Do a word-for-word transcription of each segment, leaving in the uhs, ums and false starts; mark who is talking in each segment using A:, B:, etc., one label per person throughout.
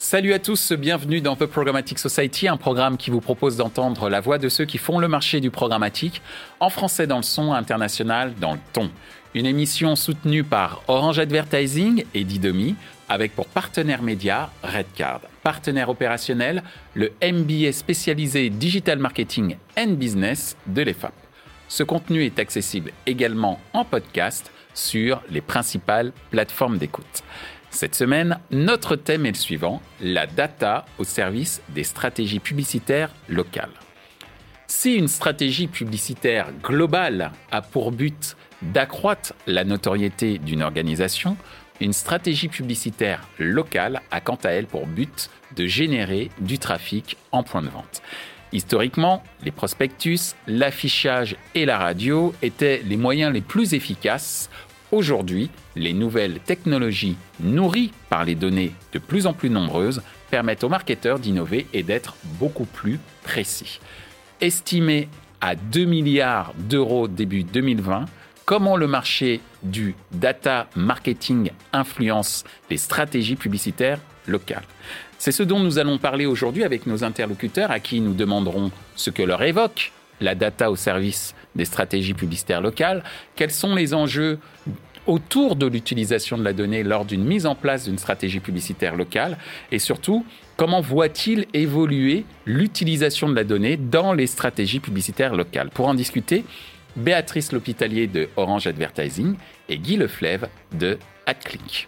A: Salut à tous, bienvenue dans The Programmatic Society, un programme qui vous propose d'entendre la voix de ceux qui font le marché du programmatique, en français dans le son, international dans le ton. Une émission soutenue par Orange Advertising et Didomi, avec pour partenaire média Redcard. Partenaire opérationnel, le M B A spécialisé Digital Marketing and Business de l'E F A P. Ce contenu est accessible également en podcast sur les principales plateformes d'écoute. Cette semaine, notre thème est le suivant, la data au service des stratégies publicitaires locales. Si une stratégie publicitaire globale a pour but d'accroître la notoriété d'une organisation, une stratégie publicitaire locale a quant à elle pour but de générer du trafic en point de vente. Historiquement, les prospectus, l'affichage et la radio étaient les moyens les plus efficaces. Aujourd'hui, les nouvelles technologies nourries par les données de plus en plus nombreuses permettent aux marketeurs d'innover et d'être beaucoup plus précis. Estimé à deux milliards d'euros début deux mille vingt, comment le marché du data marketing influence les stratégies publicitaires locales ? C'est ce dont nous allons parler aujourd'hui avec nos interlocuteurs à qui nous demanderons ce que leur évoque la data au service des stratégies publicitaires locales, quels sont les enjeux autour de l'utilisation de la donnée lors d'une mise en place d'une stratégie publicitaire locale et surtout, comment voit-il évoluer l'utilisation de la donnée dans les stratégies publicitaires locales ? Pour en discuter, Béatrice L'Hospitalier de Orange Advertising et Guy Leflève de AdClick.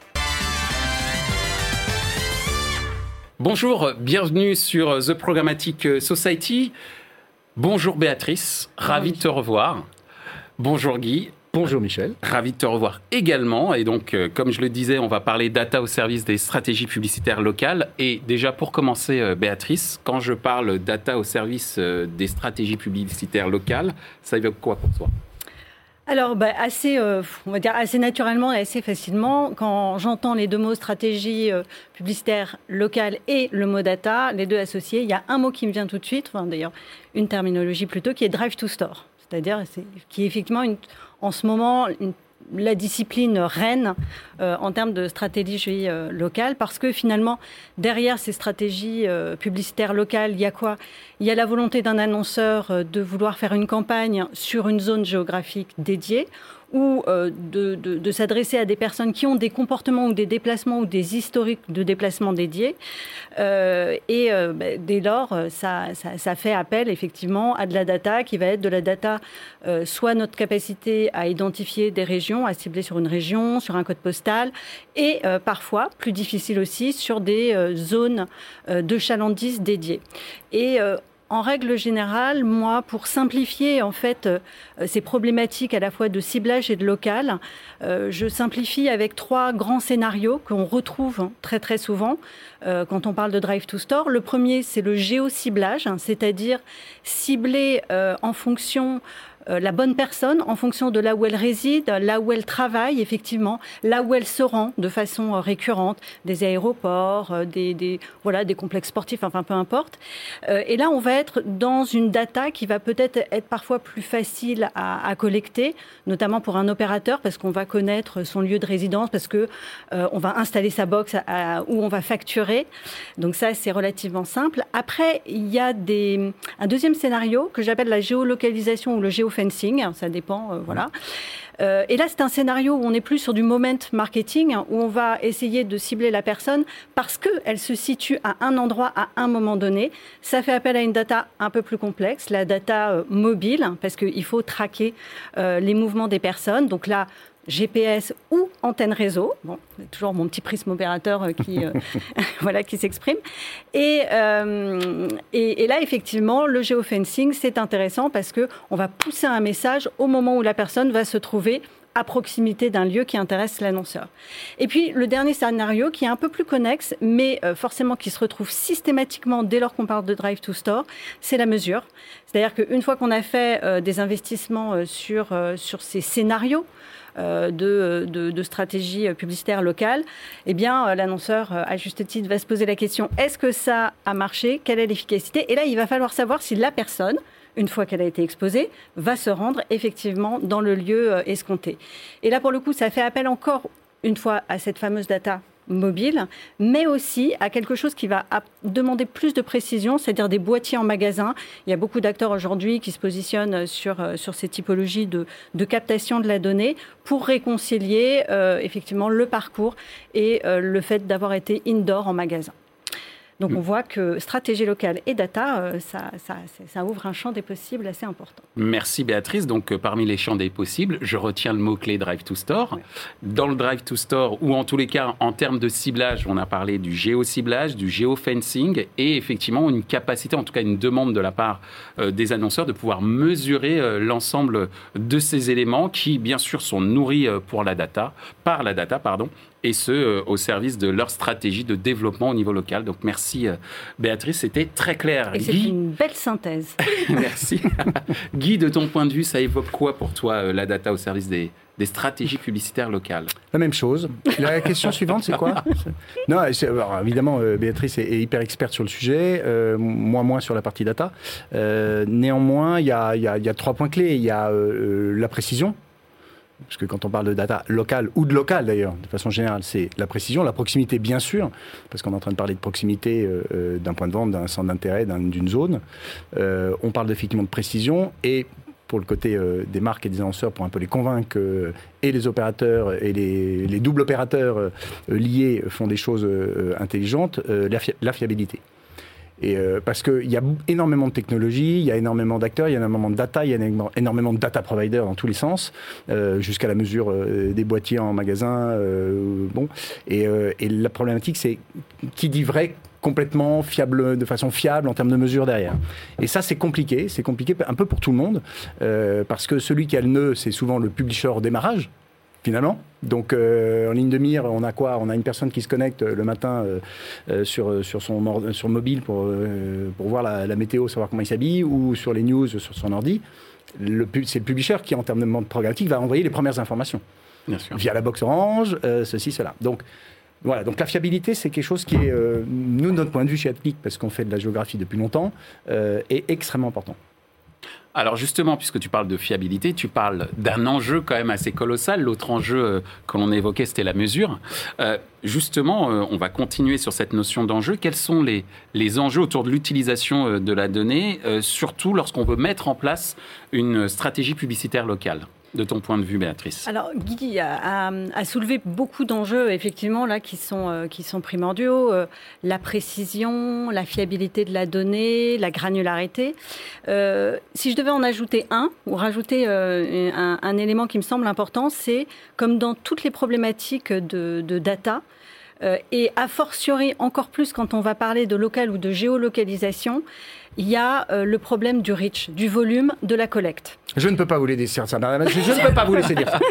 A: Bonjour, bienvenue sur The Programmatic Society. Bonjour Béatrice, ravi de te revoir. Bonjour Guy.
B: Bonjour Michel.
A: Ravi de te revoir également. Et donc, euh, comme je le disais, on va parler data au service des stratégies publicitaires locales. Et déjà, pour commencer, euh, Béatrice, quand je parle data au service euh, des stratégies publicitaires locales, ça évoque quoi pour toi ?
C: Alors, bah, assez, euh, on va dire assez naturellement et assez facilement, quand j'entends les deux mots stratégie euh, publicitaire locale et le mot data, les deux associés, il y a un mot qui me vient tout de suite, enfin, d'ailleurs une terminologie plutôt, qui est drive to store. C'est-à-dire c'est, qui est effectivement une, en ce moment une, la discipline reine euh, en termes de stratégie euh, locale, parce que finalement, derrière ces stratégies euh, publicitaires locales, il y a quoi ? Il y a la volonté d'un annonceur euh, de vouloir faire une campagne sur une zone géographique dédiée, ou euh, de, de, de s'adresser à des personnes qui ont des comportements ou des déplacements ou des historiques de déplacements dédiés. Euh, et euh, bah, dès lors, ça, ça, ça fait appel effectivement à de la data qui va être de la data, euh, soit notre capacité à identifier des régions, à cibler sur une région, sur un code postal, et euh, parfois, plus difficile aussi, sur des euh, zones euh, de chalandise dédiées. Et euh, En règle générale, moi, pour simplifier en fait euh, ces problématiques à la fois de ciblage et de local, euh, je simplifie avec trois grands scénarios qu'on retrouve hein, très très souvent euh, quand on parle de drive to store. Le premier, c'est le géociblage, hein, c'est-à-dire cibler euh, en fonction Euh, la bonne personne en fonction de là où elle réside, là où elle travaille, effectivement, là où elle se rend de façon euh, récurrente, des aéroports, euh, des, des, voilà, des complexes sportifs, enfin peu importe. Euh, et là, on va être dans une data qui va peut-être être parfois plus facile à, à collecter, notamment pour un opérateur, parce qu'on va connaître son lieu de résidence, parce qu'on euh, va installer sa box à, à, où on va facturer. Donc ça, c'est relativement simple. Après, il y a des, un deuxième scénario que j'appelle la géolocalisation ou le géofencing, ça dépend, euh, voilà. Euh, et là, c'est un scénario où on n'est plus sur du moment marketing, où on va essayer de cibler la personne parce qu'elle se situe à un endroit à un moment donné. Ça fait appel à une data un peu plus complexe, la data euh, mobile, parce qu'il faut traquer euh, les mouvements des personnes. Donc là, G P S ou antenne réseau. Bon, c'est toujours mon petit prisme opérateur qui, euh, voilà, qui s'exprime. Et, euh, et, et là, effectivement, le géofencing, c'est intéressant parce qu'on va pousser un message au moment où la personne va se trouver à proximité d'un lieu qui intéresse l'annonceur. Et puis, le dernier scénario, qui est un peu plus connexe, mais euh, forcément qui se retrouve systématiquement dès lors qu'on parle de drive to store, c'est la mesure. C'est-à-dire qu'une fois qu'on a fait euh, des investissements euh, sur, euh, sur ces scénarios, Euh, de, de, de stratégie publicitaire locale, eh bien, euh, l'annonceur, euh, à juste titre, va se poser la question, est-ce que ça a marché ? Quelle est l'efficacité ? Et là, il va falloir savoir si la personne, une fois qu'elle a été exposée, va se rendre effectivement dans le lieu euh, escompté. Et là, pour le coup, ça fait appel encore une fois à cette fameuse data mobile, mais aussi à quelque chose qui va demander plus de précision, c'est-à-dire des boîtiers en magasin. Il y a beaucoup d'acteurs aujourd'hui qui se positionnent sur, sur ces typologies de, de captation de la donnée pour réconcilier euh, effectivement le parcours et euh, le fait d'avoir été indoor en magasin. Donc on voit que stratégie locale et data, euh, ça, ça, ça ouvre un champ des possibles assez important.
A: Merci Béatrice. Donc euh, parmi les champs des possibles, je retiens le mot-clé Drive to Store. Ouais. Dans le Drive to Store, ou en tous les cas en termes de ciblage, on a parlé du géociblage, du géofencing et effectivement une capacité, en tout cas une demande de la part euh, des annonceurs de pouvoir mesurer euh, l'ensemble de ces éléments qui bien sûr sont nourris euh, pour la data, par la data, pardon, et ce, euh, au service de leur stratégie de développement au niveau local. Donc, merci euh, Béatrice, c'était très clair.
C: Et c'est Guy... une belle synthèse.
A: Merci. Guy, de ton point de vue, ça évoque quoi pour toi, euh, la data au service des, des stratégies publicitaires locales ?
B: La même chose. La question suivante, c'est quoi ? Non, c'est, alors, évidemment, euh, Béatrice est, est hyper experte sur le sujet, euh, moi moins sur la partie data. Euh, néanmoins, il y a, y, a, y a trois points clés. Il y a euh, la précision. Parce que quand on parle de data locale, ou de local d'ailleurs, de façon générale, c'est la précision, la proximité bien sûr, parce qu'on est en train de parler de proximité euh, d'un point de vente, d'un centre d'intérêt, d'un, d'une zone. Euh, on parle effectivement de précision, et pour le côté euh, des marques et des annonceurs, pour un peu les convaincre euh, et les opérateurs et les, les doubles opérateurs euh, liés font des choses euh, intelligentes, euh, la, fi- la fiabilité. Et euh, parce qu'il y a énormément de technologies, il y a énormément d'acteurs, il y a énormément de data, il y a énormément de data providers dans tous les sens, euh, jusqu'à la mesure euh, des boîtiers en magasin. Euh, bon. et, euh, et la problématique, c'est qui dit vrai complètement fiable, de façon fiable en termes de mesure derrière. Et ça, c'est compliqué, c'est compliqué un peu pour tout le monde, euh, parce que celui qui a le nœud, c'est souvent le publisher au démarrage, finalement. Donc, euh, en ligne de mire, on a quoi ? On a une personne qui se connecte le matin euh, euh, sur, sur son or- sur mobile pour, euh, pour voir la, la météo, savoir comment il s'habille, ou sur les news sur son ordi. Le, c'est le publisher qui, en termes de monde programmatique, va envoyer les premières informations.
A: Bien sûr. Via
B: la box Orange, euh, ceci, cela. Donc, voilà. Donc, la fiabilité, c'est quelque chose qui est, euh, nous, de notre point de vue chez Adclick, parce qu'on fait de la géographie depuis longtemps, euh, est extrêmement important.
A: Alors justement, puisque tu parles de fiabilité, tu parles d'un enjeu quand même assez colossal. L'autre enjeu euh, que l'on évoquait, c'était la mesure. Euh, justement, euh, on va continuer sur cette notion d'enjeu. Quels sont les, les enjeux autour de l'utilisation euh, de la donnée, euh, surtout lorsqu'on veut mettre en place une stratégie publicitaire locale ? De ton point de vue, Béatrice.
C: Alors, Guy a, a, a soulevé beaucoup d'enjeux, effectivement, là, qui sont, euh, qui sont primordiaux. Euh, la précision, la fiabilité de la donnée, la granularité. Euh, si je devais en ajouter un, ou rajouter euh, un, un élément qui me semble important, c'est, comme dans toutes les problématiques de, de data, euh, et a fortiori encore plus quand on va parler de local ou de géolocalisation, il y a euh, le problème du reach, du volume de la collecte.
B: Je ne peux pas vous laisser dire ça, madame. Je ne peux pas vous laisser dire ça.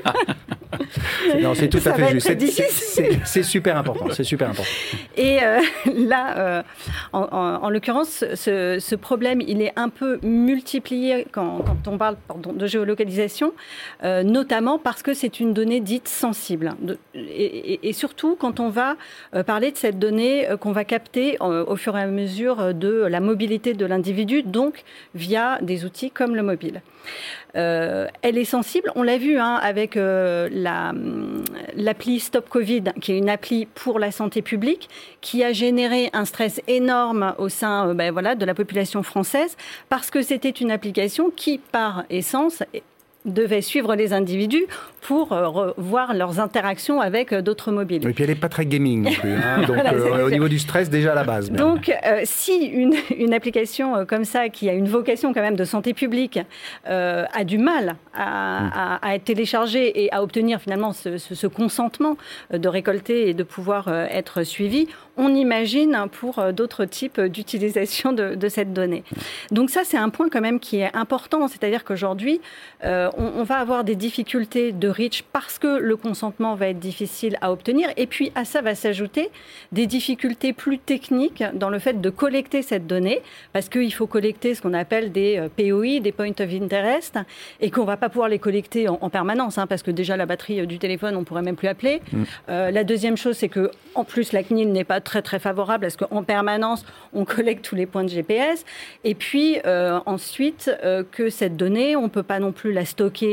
B: Non, c'est tout
C: ça
B: à fait juste.
C: C'est,
B: c'est, c'est, c'est super important. C'est super important.
C: Et euh, là, euh, en, en, en l'occurrence, ce, ce problème, il est un peu multiplié quand, quand on parle pardon, de géolocalisation, euh, notamment parce que c'est une donnée dite sensible. De, et, et, et surtout quand on va euh, parler de cette donnée euh, qu'on va capter euh, au fur et à mesure de la mobilité de l'individu, donc via des outils comme le mobile. Euh, elle est sensible, on l'a vu hein, avec euh, la, l'appli Stop Covid, qui est une appli pour la santé publique, qui a généré un stress énorme au sein euh, ben, voilà, de la population française, parce que c'était une application qui, par essence, devait suivre les individus pour euh, voir leurs interactions avec euh, d'autres mobiles.
B: Et puis elle n'est pas très gaming non plus, hein, donc voilà, euh, au niveau du stress déjà à la base. Bien.
C: Donc euh, si une, une application euh, comme ça, qui a une vocation quand même de santé publique, euh, a du mal à, mmh. à, à être téléchargée et à obtenir finalement ce, ce, ce consentement de récolter et de pouvoir euh, être suivi, on imagine pour euh, d'autres types d'utilisation de, de cette donnée. Donc ça, c'est un point quand même qui est important, c'est-à-dire qu'aujourd'hui, euh, on, on va avoir des difficultés de reach parce que le consentement va être difficile à obtenir. Et puis, à ça va s'ajouter des difficultés plus techniques dans le fait de collecter cette donnée, parce qu'il faut collecter ce qu'on appelle des P O I, des Point of Interest, et qu'on ne va pas pouvoir les collecter en, en permanence, hein, parce que déjà, la batterie du téléphone, on ne pourrait même plus appeler. Mmh. Euh, la deuxième chose, c'est qu'en plus, la C N I L n'est pas très, très favorable à ce qu'en permanence, on collecte tous les points de G P S. Et puis, euh, ensuite, euh, que cette donnée, on ne peut pas non plus la stocker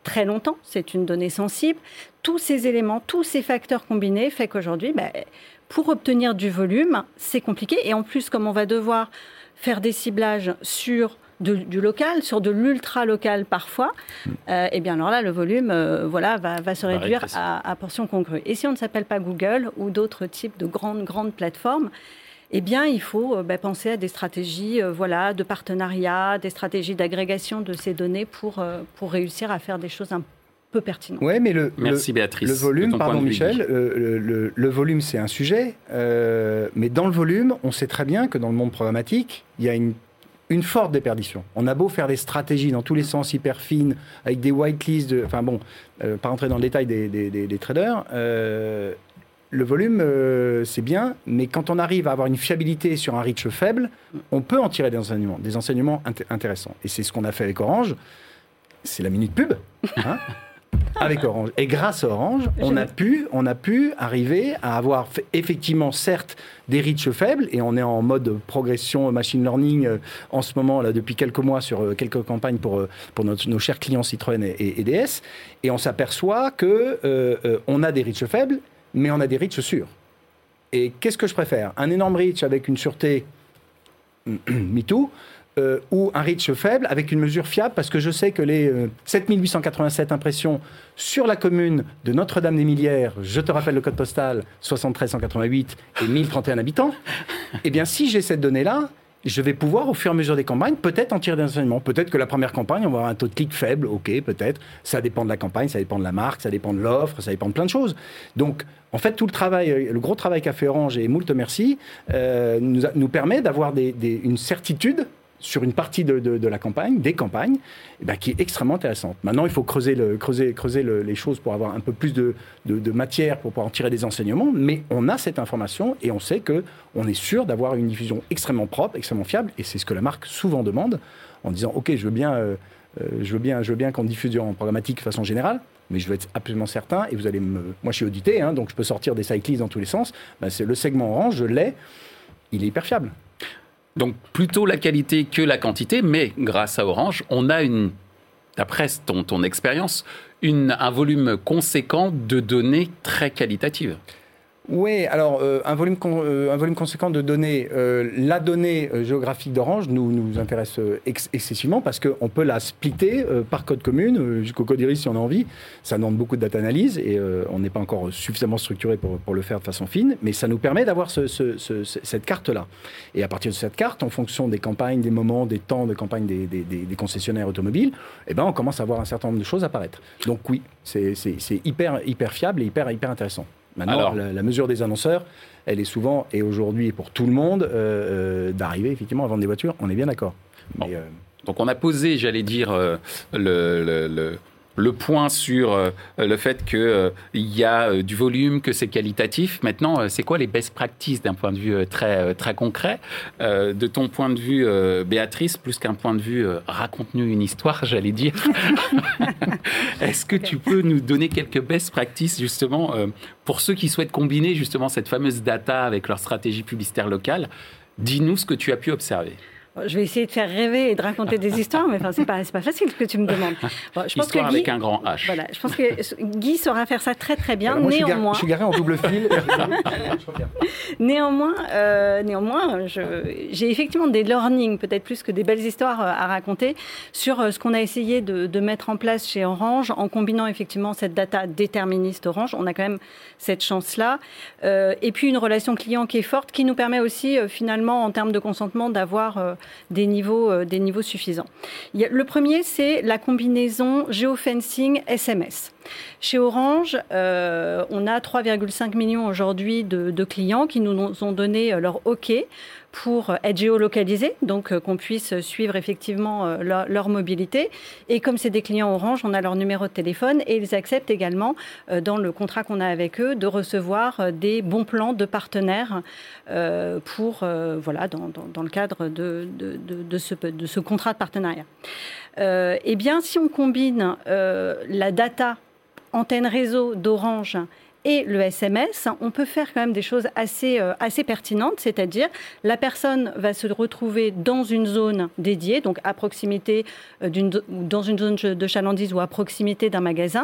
C: très longtemps, c'est une donnée sensible. Tous ces éléments, tous ces facteurs combinés fait qu'aujourd'hui, ben, pour obtenir du volume, c'est compliqué. Et en plus, comme on va devoir faire des ciblages sur de, du local, sur de l'ultra-local parfois, mmh. euh, et bien alors là, le volume euh, voilà, va, va se réduire à, à portion congrue. Et si on ne s'appelle pas Google ou d'autres types de grandes, grandes plateformes, eh bien, il faut euh, bah, penser à des stratégies euh, voilà, de partenariat, des stratégies d'agrégation de ces données pour, euh, pour réussir à faire des choses un peu pertinentes.
B: Oui, mais le,
A: Merci,
B: le,
A: Béatrice,
B: le volume, pardon Michel, euh, le, le, le volume c'est un sujet, euh, mais dans le volume, on sait très bien que dans le monde programmatique, il y a une Une forte déperdition. On a beau faire des stratégies dans tous les sens hyper fines, avec des whitelists, de, enfin bon, euh, pas rentrer dans le détail des, des, des, des traders, euh, le volume, euh, c'est bien, mais quand on arrive à avoir une fiabilité sur un reach faible, on peut en tirer des enseignements, des enseignements int- intéressants. Et c'est ce qu'on a fait avec Orange, c'est la minute pub, hein avec Orange. Et grâce à Orange, on a pu, on a pu arriver à avoir fait, effectivement, certes, des reach faibles, et on est en mode progression machine learning euh, en ce moment, là, depuis quelques mois, sur euh, quelques campagnes pour, euh, pour notre, nos chers clients Citroën et, et, et D S, et on s'aperçoit qu'on euh, euh, a des reach faibles, mais on a des reach sûrs. Et qu'est-ce que je préfère ? Un énorme reach avec une sûreté MeToo, Euh, ou un reach faible avec une mesure fiable, parce que je sais que les euh, sept mille huit cent quatre-vingt-sept impressions sur la commune de Notre-Dame-des-Millières, je te rappelle le code postal soixante-treize cent quatre-vingt-huit et mille trente et un habitants, eh bien si j'ai cette donnée-là, je vais pouvoir, au fur et à mesure des campagnes, peut-être en tirer des enseignements. Peut-être que la première campagne, on va avoir un taux de clic faible, ok, peut-être. Ça dépend de la campagne, ça dépend de la marque, ça dépend de l'offre, ça dépend de plein de choses. Donc, en fait, tout le travail, le gros travail qu'a fait Orange, et moult merci, euh, nous, a, nous permet d'avoir des, des, une certitude sur une partie de, de, de la campagne, des campagnes, eh ben, qui est extrêmement intéressante. Maintenant, il faut creuser, le, creuser, creuser le, les choses pour avoir un peu plus de, de, de matière, pour pouvoir en tirer des enseignements, mais on a cette information et on sait qu'on est sûr d'avoir une diffusion extrêmement propre, extrêmement fiable, et c'est ce que la marque souvent demande, en disant « Ok, je veux bien, euh, je veux bien, je veux bien qu'on diffuse en programmatique de façon générale, mais je veux être absolument certain, et vous allez me... Moi, je suis audité, hein, donc je peux sortir des cyclists dans tous les sens, ben, c'est le segment Orange, je l'ai, il est hyper fiable. »
A: Donc, plutôt la qualité que la quantité, mais grâce à Orange, on a, une, d'après ton, ton expérience, une, un volume conséquent de données très qualitatives.
B: Oui, alors euh, un, volume con, euh, un volume conséquent de données. Euh, la donnée euh, géographique d'Orange nous, nous intéresse euh, ex- excessivement parce qu'on peut la splitter euh, par code commune euh, jusqu'au code iris si on a envie. Ça demande beaucoup de data analyse et euh, on n'est pas encore suffisamment structuré pour, pour le faire de façon fine, mais ça nous permet d'avoir ce, ce, ce, cette carte-là. Et à partir de cette carte, en fonction des campagnes, des moments, des temps de campagne des, des, des, des concessionnaires automobiles, eh ben, on commence à voir un certain nombre de choses apparaître. Donc oui, c'est, c'est, c'est hyper, hyper fiable et hyper, hyper intéressant. Maintenant, Alors, la, la mesure des annonceurs, elle est souvent, et aujourd'hui pour tout le monde, euh, euh, d'arriver effectivement à vendre des voitures, on est bien d'accord.
A: Bon.
B: Mais, euh...
A: Donc on a posé, j'allais dire, euh, le, le, le, le point sur euh, le fait qu'il euh, y a euh, du volume, que c'est qualitatif. Maintenant, euh, c'est quoi les best practices d'un point de vue euh, très, euh, très concret euh, de ton point de vue, euh, Béatrice, plus qu'un point de vue euh, raconte-nous une histoire, j'allais dire. Est-ce que tu peux nous donner quelques best practices, justement, euh, pour ceux qui souhaitent combiner justement cette fameuse data avec leur stratégie publicitaire locale? Dis-nous ce que tu as pu observer.
C: Je vais essayer de faire rêver et de raconter des histoires, mais enfin, c'est pas, c'est pas facile ce que tu me demandes.
A: Bon, je pense Histoire que Guy, avec un grand H.
C: Voilà, je pense que Guy saura faire ça très très bien.
B: Alors moi,
C: néanmoins,
B: je suis garé en double fil.
C: néanmoins, euh, néanmoins je, j'ai effectivement des learnings, peut-être plus que des belles histoires à raconter, sur ce qu'on a essayé de, de mettre en place chez Orange, en combinant effectivement cette data déterministe Orange. On a quand même cette chance-là. Euh, et puis une relation client qui est forte, qui nous permet aussi, euh, finalement, en termes de consentement, d'avoir... Euh, Des niveaux, euh, des niveaux suffisants. Il y a, le premier, c'est la combinaison géofencing S M S. Chez Orange, euh, on a trois virgule cinq millions aujourd'hui de, de clients qui nous ont donné leur OK pour être géolocalisés, donc euh, qu'on puisse suivre effectivement euh, leur, leur mobilité. Et comme c'est des clients Orange, on a leur numéro de téléphone et ils acceptent également, euh, dans le contrat qu'on a avec eux, de recevoir euh, des bons plans de partenaires euh, pour, euh, voilà, dans, dans, dans le cadre de, de, de, de, ce, de ce contrat de partenariat. Euh, eh bien, si on combine euh, la data antenne réseau d'Orange et le S M S, on peut faire quand même des choses assez, euh, assez pertinentes, c'est-à-dire la personne va se retrouver dans une zone dédiée, donc à proximité d'une, dans une zone de chalandise ou à proximité d'un magasin.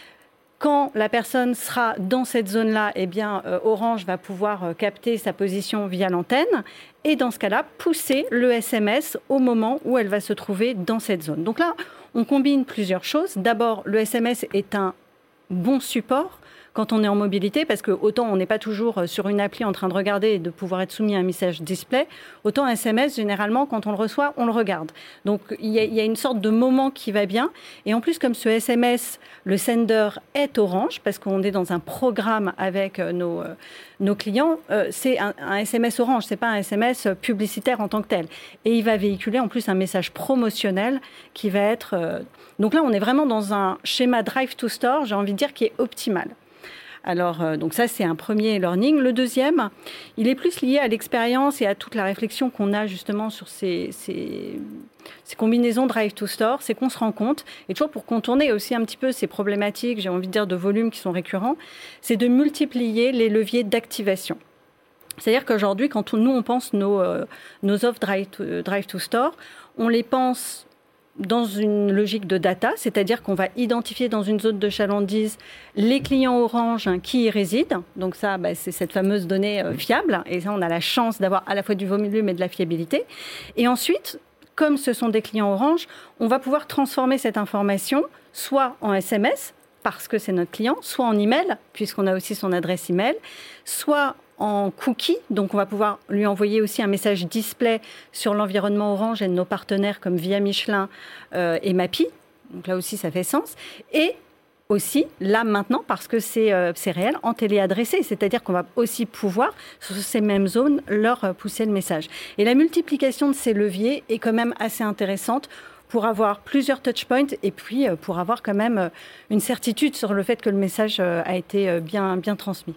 C: Quand la personne sera dans cette zone-là, eh bien, euh, Orange va pouvoir euh, capter sa position via l'antenne et dans ce cas-là, pousser le S M S au moment où elle va se trouver dans cette zone. Donc là, on combine plusieurs choses. D'abord, le S M S est un bon support quand on est en mobilité, parce que autant on n'est pas toujours sur une appli en train de regarder et de pouvoir être soumis à un message display, autant un S M S, généralement, quand on le reçoit, on le regarde. Donc, il y a, il y a une sorte de moment qui va bien. Et en plus, comme ce S M S, le sender est Orange, parce qu'on est dans un programme avec nos, euh, nos clients, euh, c'est un, un S M S Orange, c'est pas un S M S publicitaire en tant que tel. Et il va véhiculer en plus un message promotionnel qui va être... Euh... Donc là, on est vraiment dans un schéma Drive to Store, j'ai envie de dire, qui est optimal. Alors, euh, donc ça, c'est un premier learning. Le deuxième, il est plus lié à l'expérience et à toute la réflexion qu'on a justement sur ces, ces, ces combinaisons Drive to Store. C'est qu'on se rend compte, et toujours pour contourner aussi un petit peu ces problématiques, j'ai envie de dire, de volume qui sont récurrents, c'est de multiplier les leviers d'activation. C'est-à-dire qu'aujourd'hui, quand on, nous, on pense nos, euh, nos offres Drive to, Drive to Store, on les pense dans une logique de data, c'est-à-dire qu'on va identifier dans une zone de chalandise les clients Orange hein, qui y résident. Donc ça, bah, c'est cette fameuse donnée euh, fiable. Et ça, on a la chance d'avoir à la fois du volume et de la fiabilité. Et ensuite, comme ce sont des clients Orange, on va pouvoir transformer cette information soit en S M S, parce que c'est notre client, soit en email, puisqu'on a aussi son adresse email, soit en cookie, donc on va pouvoir lui envoyer aussi un message display sur l'environnement Orange et de nos partenaires comme Via Michelin euh, et Mappy. Donc là aussi, ça fait sens. Et aussi, là maintenant, parce que c'est, euh, c'est réel, en téléadressé, c'est-à-dire qu'on va aussi pouvoir, sur ces mêmes zones, leur euh, pousser le message. Et la multiplication de ces leviers est quand même assez intéressante pour avoir plusieurs touchpoints et puis euh, pour avoir quand même euh, une certitude sur le fait que le message euh, a été euh, bien, bien transmis.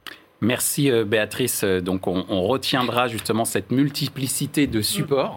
A: Merci Béatrice. Donc on, on retiendra justement cette multiplicité de supports.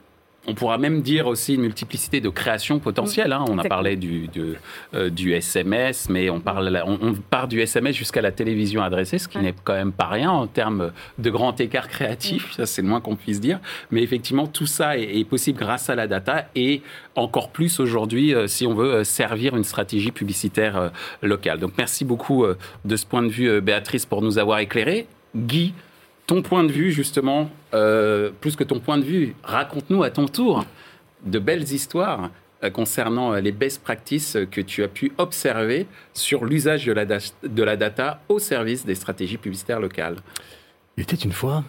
A: On pourra même dire aussi une multiplicité de créations potentielles. Hein. On a parlé du, de, euh, du S M S, mais on, parle, on, on part du S M S jusqu'à la télévision adressée, ce qui ouais. n'est quand même pas rien en termes de grand écart créatif. Ouais. Ça, c'est le moins qu'on puisse dire. Mais effectivement, tout ça est, est possible grâce à la data et encore plus aujourd'hui, euh, si on veut euh, servir une stratégie publicitaire euh, locale. Donc, merci beaucoup euh, de ce point de vue, euh, Béatrice, pour nous avoir éclairé. Guy, ton point de vue, justement, euh, plus que ton point de vue, raconte-nous à ton tour de belles histoires euh, concernant euh, les best practices que tu as pu observer sur l'usage de la, da- de la data au service des stratégies publicitaires locales.
B: Il était une fois.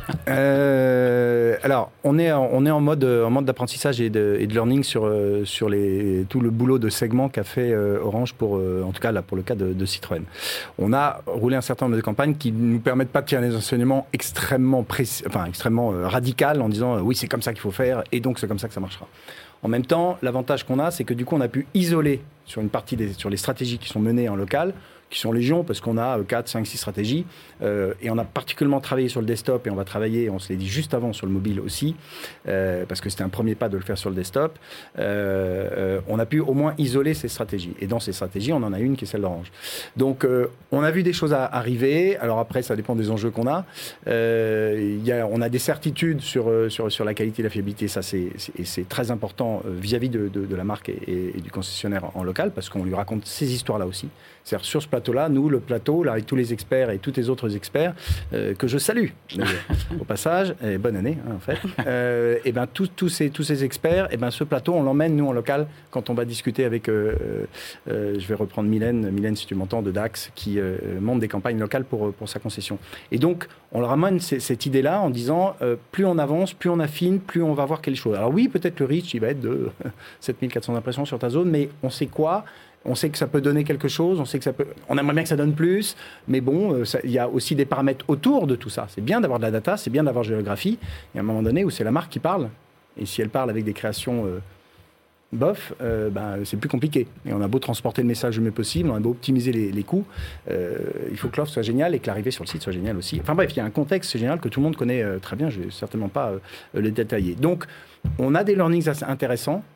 B: euh, alors, on est en, on est en mode, en mode d'apprentissage et de, et de learning sur, sur les, tout le boulot de segment qu'a fait euh, Orange, pour, euh, en tout cas là, pour le cas de, de Citroën. On a roulé un certain nombre de campagnes qui ne nous permettent pas de tirer des enseignements extrêmement, précis, enfin, extrêmement euh, radicales en disant euh, oui, c'est comme ça qu'il faut faire et donc c'est comme ça que ça marchera. En même temps, l'avantage qu'on a, c'est que du coup, on a pu isoler sur une partie des, sur les stratégies qui sont menées en local, qui sont légion, parce qu'on a quatre, cinq, six stratégies, euh, et on a particulièrement travaillé sur le desktop, et on va travailler, on se l'a dit juste avant, sur le mobile aussi, euh, parce que c'était un premier pas de le faire sur le desktop. Euh, euh, on a pu au moins isoler ces stratégies, et dans ces stratégies, on en a une qui est celle d'Orange. Donc, euh, on a vu des choses à arriver, alors après, ça dépend des enjeux qu'on a. Euh, y a on a des certitudes sur, sur, sur la qualité et la fiabilité, ça c'est, c'est, et c'est très important vis-à-vis de, de, de la marque et, et du concessionnaire en local, parce qu'on lui raconte ces histoires-là aussi. C'est-à-dire sur ce plateau-là, nous, le plateau, là, avec tous les experts et tous les autres experts, euh, que je salue, au passage, et bonne année, hein, en fait, euh, et ben, tous, tous, ces, tous ces experts, et ben, ce plateau, on l'emmène, nous, en local, quand on va discuter avec, euh, euh, je vais reprendre Mylène, Mylène, si tu m'entends, de Dax, qui euh, monte des campagnes locales pour, pour sa concession. Et donc, on leur amène c- cette idée-là en disant, euh, plus on avance, plus on affine, plus on va voir quelle chose. Alors oui, peut-être le reach, il va être de sept mille quatre cents impressions sur ta zone, mais on sait quoi ? On sait que ça peut donner quelque chose, on sait que ça peut, on aimerait bien que ça donne plus, mais bon, il y a aussi des paramètres autour de tout ça. C'est bien d'avoir de la data, c'est bien d'avoir de la géographie. Il y a un moment donné où c'est la marque qui parle, et si elle parle avec des créations euh, bof, euh, ben, c'est plus compliqué. Et on a beau transporter le message le mieux possible, on a beau optimiser les, les coûts, euh, il faut que l'offre soit géniale et que l'arrivée sur le site soit géniale aussi. Enfin bref, il y a un contexte général que tout le monde connaît euh, très bien, je ne vais certainement pas euh, les détailler. Donc, on a des learnings assez intéressants.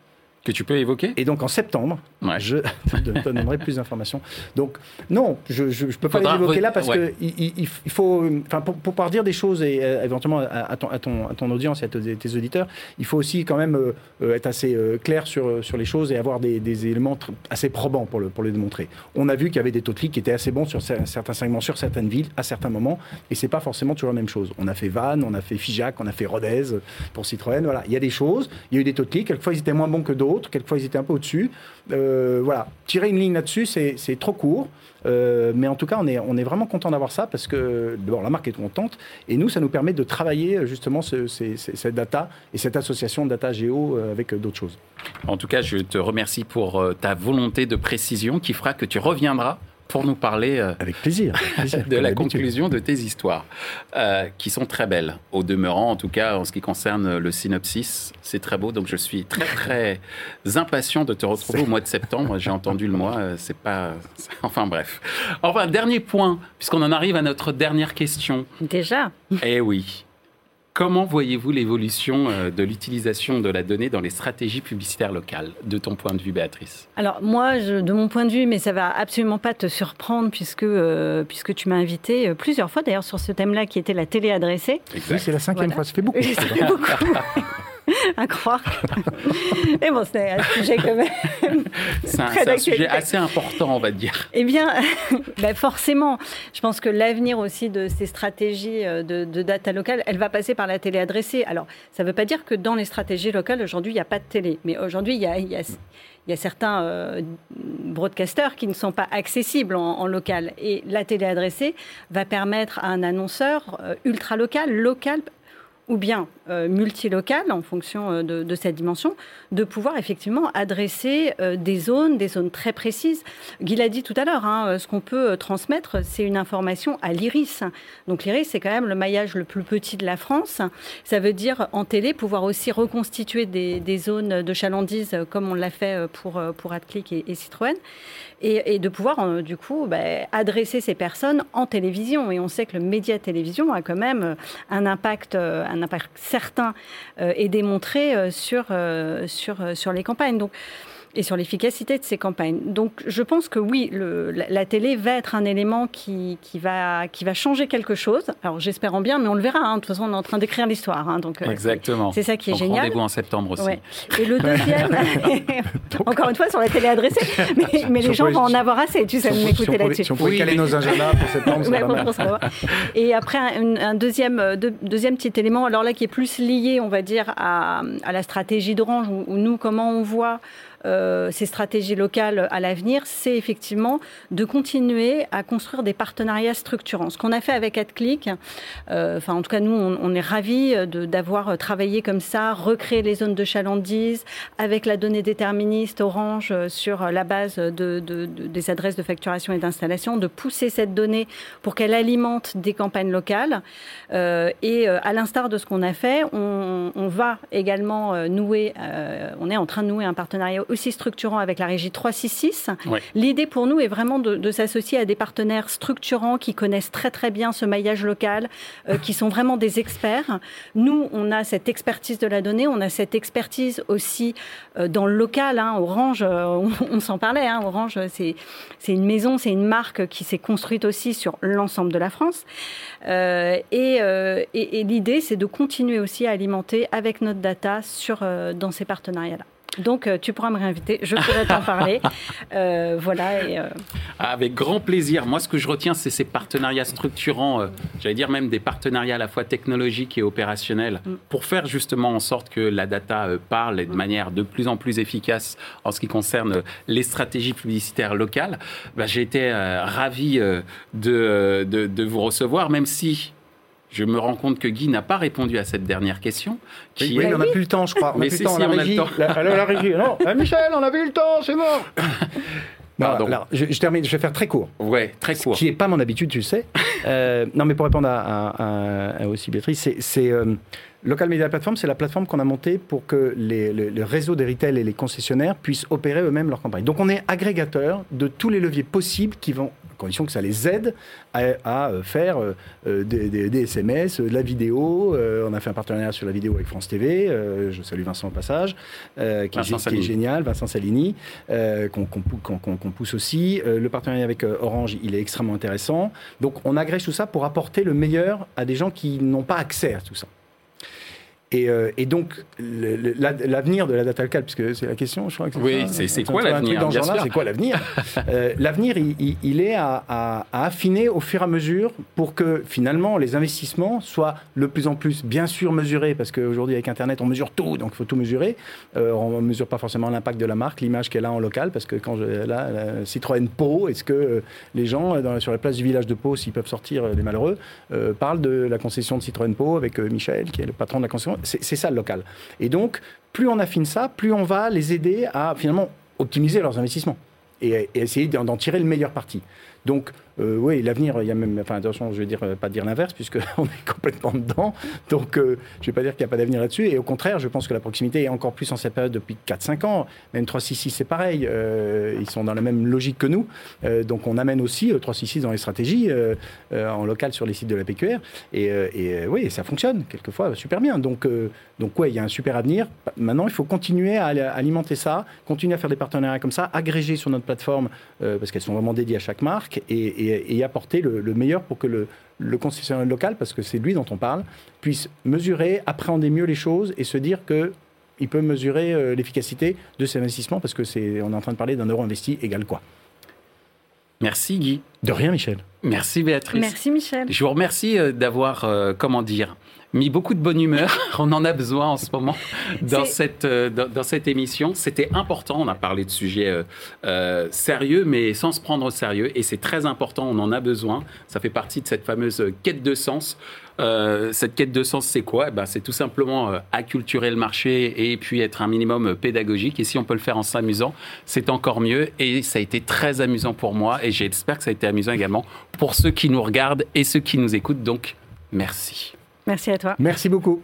A: Que tu peux évoquer.
B: Et donc en septembre, ouais. je te donnerai plus d'informations. Donc non, je ne peux pas
A: Faudra
B: les évoquer
A: re...
B: là parce
A: ouais.
B: qu'il il, il faut, enfin pour, pour pouvoir dire des choses et euh, éventuellement à, à, ton, à, ton, à ton audience et à tes, tes auditeurs, il faut aussi quand même euh, être assez euh, clair sur, sur les choses et avoir des, des éléments assez probants pour le, pour le démontrer. On a vu qu'il y avait des taux de clics qui étaient assez bons sur certains segments, sur certaines villes, à certains moments, et c'est pas forcément toujours la même chose. On a fait Vannes, on a fait Figeac, on a fait Rodez pour Citroën. Voilà, il y a des choses, il y a eu des taux de clics. Quelquefois ils étaient moins bons que d'autres. Quelquefois, ils étaient un peu au-dessus. Euh, voilà. Tirer une ligne là-dessus, c'est, c'est trop court. Euh, mais en tout cas, on est, on est vraiment content d'avoir ça parce que, d'abord, la marque est contente. Et nous, ça nous permet de travailler justement ce, ces, ces, cette data et cette association de data géo avec d'autres choses.
A: En tout cas, je te remercie pour ta volonté de précision qui fera que tu reviendras pour nous parler euh,
B: avec plaisir, avec plaisir
A: de la l'habitude. conclusion de tes histoires, euh, qui sont très belles. Au demeurant, en tout cas, en ce qui concerne le synopsis, c'est très beau. Donc, je suis très, très impatient de te retrouver au mois de septembre. J'ai entendu le mois, euh, c'est pas... Enfin, bref. Enfin, dernier point, puisqu'on en arrive à notre dernière question.
C: Déjà ?
A: Eh oui. Comment voyez-vous l'évolution de l'utilisation de la donnée dans les stratégies publicitaires locales, de ton point de vue, Béatrice ?
C: Alors moi, je, de mon point de vue, mais ça va absolument pas te surprendre puisque, euh, puisque tu m'as invité plusieurs fois d'ailleurs sur ce thème-là qui était la télé adressée.
B: Exact. Oui, c'est la cinquième voilà. fois, ça fait beaucoup.
C: Ça fait beaucoup. À croire. Mais bon, c'est un sujet quand même.
A: C'est un, c'est un sujet assez important, on va dire.
C: Eh bien, ben forcément, je pense que l'avenir aussi de ces stratégies de, de data locale, elle va passer par la télé adressée. Alors, ça ne veut pas dire que dans les stratégies locales, aujourd'hui, il n'y a pas de télé. Mais aujourd'hui, il y a, il y a, il y a certains euh, broadcasters qui ne sont pas accessibles en, en local. Et la télé adressée va permettre à un annonceur euh, ultra local, local, ou bien euh, multilocal, en fonction euh, de, de cette dimension, de pouvoir effectivement adresser euh, des zones, des zones très précises. Guy l'a dit tout à l'heure, hein, ce qu'on peut euh, transmettre, c'est une information à l'IRIS. Donc l'IRIS, c'est quand même le maillage le plus petit de la France. Ça veut dire, en télé, pouvoir aussi reconstituer des, des zones de chalandise, euh, comme on l'a fait pour, pour AdClick et, et Citroën, et, et de pouvoir, euh, du coup, bah, adresser ces personnes en télévision. Et on sait que le média télévision a quand même un impact... Euh, un impact certain euh, est démontré euh, sur, euh, sur, euh, sur les campagnes. Donc, et sur l'efficacité de ces campagnes. Donc, je pense que oui, le, la, la télé va être un élément qui, qui, va, qui va changer quelque chose. Alors, j'espère en bien, mais on le verra. Hein. De toute façon, on est en train d'écrire l'histoire. Hein. Donc,
A: exactement.
C: C'est, c'est ça qui est
A: donc,
C: génial.
A: Rendez-vous en septembre aussi. Ouais.
C: Et le deuxième, encore une fois, sur la télé adressée, mais, mais les gens vont en avoir assez, tu sais, de m'écouter
B: si
C: là-dessus.
B: Si on pouvait oui, caler nos agendas pour septembre,
C: ouais,
B: bon,
C: ça va. Et après, un, un deuxième, deux, deuxième petit élément, alors là, qui est plus lié, on va dire, à, à la stratégie d'Orange, où, où nous, comment on voit Euh, ces stratégies locales à l'avenir, c'est effectivement de continuer à construire des partenariats structurants. Ce qu'on a fait avec AdClick, euh, enfin en tout cas nous, on, on est ravis de, d'avoir travaillé comme ça, recréer les zones de chalandise avec la donnée déterministe Orange sur la base de, de, de, des adresses de facturation et d'installation, de pousser cette donnée pour qu'elle alimente des campagnes locales. Euh, et euh, à l'instar de ce qu'on a fait, on, on va également euh, nouer, euh, on est en train de nouer un partenariat aussi structurant avec la régie trois cent soixante-six. Ouais. L'idée pour nous est vraiment de, de s'associer à des partenaires structurants qui connaissent très très bien ce maillage local, euh, qui sont vraiment des experts. Nous, on a cette expertise de la donnée, on a cette expertise aussi euh, dans le local. Hein. Orange, euh, on, on s'en parlait, hein. Orange, c'est, c'est une maison, c'est une marque qui s'est construite aussi sur l'ensemble de la France. Euh, et, euh, et, et l'idée, c'est de continuer aussi à alimenter avec notre data sur, euh, dans ces partenariats-là. Donc, euh, tu pourras me réinviter, je pourrai t'en parler. Euh, voilà. Et, euh...
A: Avec grand plaisir. Moi, ce que je retiens, c'est ces partenariats structurants, euh, j'allais dire même des partenariats à la fois technologiques et opérationnels, mm. pour faire justement en sorte que la data euh, parle et de mm. manière de plus en plus efficace en ce qui concerne les stratégies publicitaires locales. Bah, j'ai été euh, ravi euh, de, de, de vous recevoir, même si... Je me rends compte que Guy n'a pas répondu à cette dernière question.
B: Qui oui, est... on n'a plus le temps, je crois. On
A: mais
B: a plus
A: si,
B: le temps,
A: si,
B: la
A: on
B: régie.
A: a le temps.
B: La, la, la régie, non. Ah, Michel, on avait eu le temps, c'est mort. Non, alors, je, je termine, je vais faire très court.
A: Ouais, très court.
B: Ce qui n'est pas mon habitude, tu le sais. euh, non, mais pour répondre à, à, à, à aussi Béatrice, c'est... c'est euh, Local Media Platform, c'est la plateforme qu'on a montée pour que les, le, le réseau des retail et les concessionnaires puissent opérer eux-mêmes leur campagne. Donc, on est agrégateur de tous les leviers possibles qui vont, condition que ça les aide à, à faire euh, des, des, des S M S, de la vidéo. Euh, on a fait un partenariat sur la vidéo avec France T V. Euh, je salue Vincent au passage, euh, qui, est, qui est génial, Vincent Salini, euh, qu'on, qu'on, qu'on, qu'on pousse aussi. Euh, le partenariat avec euh, Orange, il est extrêmement intéressant. Donc, on agrège tout ça pour apporter le meilleur à des gens qui n'ont pas accès à tout ça. Et, euh, et donc, le, le, l'avenir de la data locale, puisque c'est la question, je crois que c'est
A: oui,
B: ça.
A: c'est, c'est quoi l'avenir, bien sûr.
B: C'est quoi l'avenir euh, L'avenir, il, il, il est à, à, à affiner au fur et à mesure pour que, finalement, les investissements soient de plus en plus, bien sûr, mesurés, parce qu'aujourd'hui, avec Internet, on mesure tout, donc il faut tout mesurer. Euh, on ne mesure pas forcément l'impact de la marque, l'image qu'elle a en local, parce que quand je, là, la Citroën Pau, est-ce que les gens, dans, sur la place du village de Pau, s'ils peuvent sortir, les malheureux, euh, parlent de la concession de Citroën Pau avec euh, Michel, qui est le patron de la concession. C'est, c'est ça le local. Et donc, plus on affine ça, plus on va les aider à finalement optimiser leurs investissements et, et essayer d'en tirer le meilleur parti. Donc, euh, oui, l'avenir, il y a même, enfin, attention, je vais dire, pas dire l'inverse, puisqu'on est complètement dedans. Donc, euh, je ne vais pas dire qu'il n'y a pas d'avenir là-dessus. Et au contraire, je pense que la proximité est encore plus en cette période depuis quatre cinq ans. Même trois cent soixante-six, c'est pareil. Euh, ils sont dans la même logique que nous. Euh, donc, on amène aussi euh, trois cent soixante-six dans les stratégies, euh, euh, en local sur les sites de la P Q R. Et, euh, et euh, oui, ça fonctionne, quelquefois, super bien. Donc, euh, donc ouais, il y a un super avenir. Maintenant, il faut continuer à, à alimenter ça, continuer à faire des partenariats comme ça, agréger sur notre plateforme, euh, parce qu'elles sont vraiment dédiées à chaque marque, et, et, et apporter le, le meilleur pour que le, le concessionnaire local, parce que c'est lui dont on parle, puisse mesurer, appréhender mieux les choses et se dire qu'il peut mesurer euh, l'efficacité de ses investissements, parce que c'est, on est en train de parler d'un euro investi égale quoi.
A: Merci Guy.
B: De rien Michel.
A: Merci Béatrice.
C: Merci Michel.
A: Je vous remercie d'avoir, euh, comment dire, mis beaucoup de bonne humeur. On en a besoin en ce moment dans, cette, euh, dans, dans cette émission. C'était important. On a parlé de sujets euh, euh, sérieux, mais sans se prendre au sérieux. Et c'est très important. On en a besoin. Ça fait partie de cette fameuse quête de sens. Euh, cette quête de sens, c'est quoi ? Eh ben, c'est tout simplement euh, acculturer le marché et puis être un minimum euh, pédagogique. Et si on peut le faire en s'amusant, c'est encore mieux. Et ça a été très amusant pour moi. Et j'espère que ça a été amusant également pour ceux qui nous regardent et ceux qui nous écoutent. Donc, merci.
C: Merci à toi.
B: Merci beaucoup.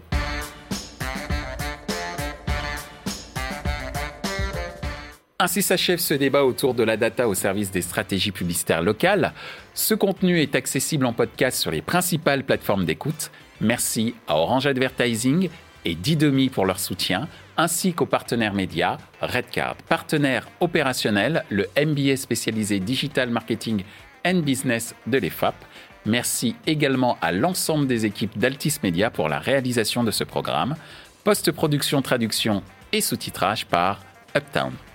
A: Ainsi s'achève ce débat autour de la data au service des stratégies publicitaires locales. Ce contenu est accessible en podcast sur les principales plateformes d'écoute. Merci à Orange Advertising et Didomi pour leur soutien, ainsi qu'aux partenaires médias, Redcard, partenaire opérationnel, le M B A spécialisé Digital Marketing and Business de l'E F A P. Merci également à l'ensemble des équipes d'Altis Media pour la réalisation de ce programme. Post-production, traduction et sous-titrage par Uptown.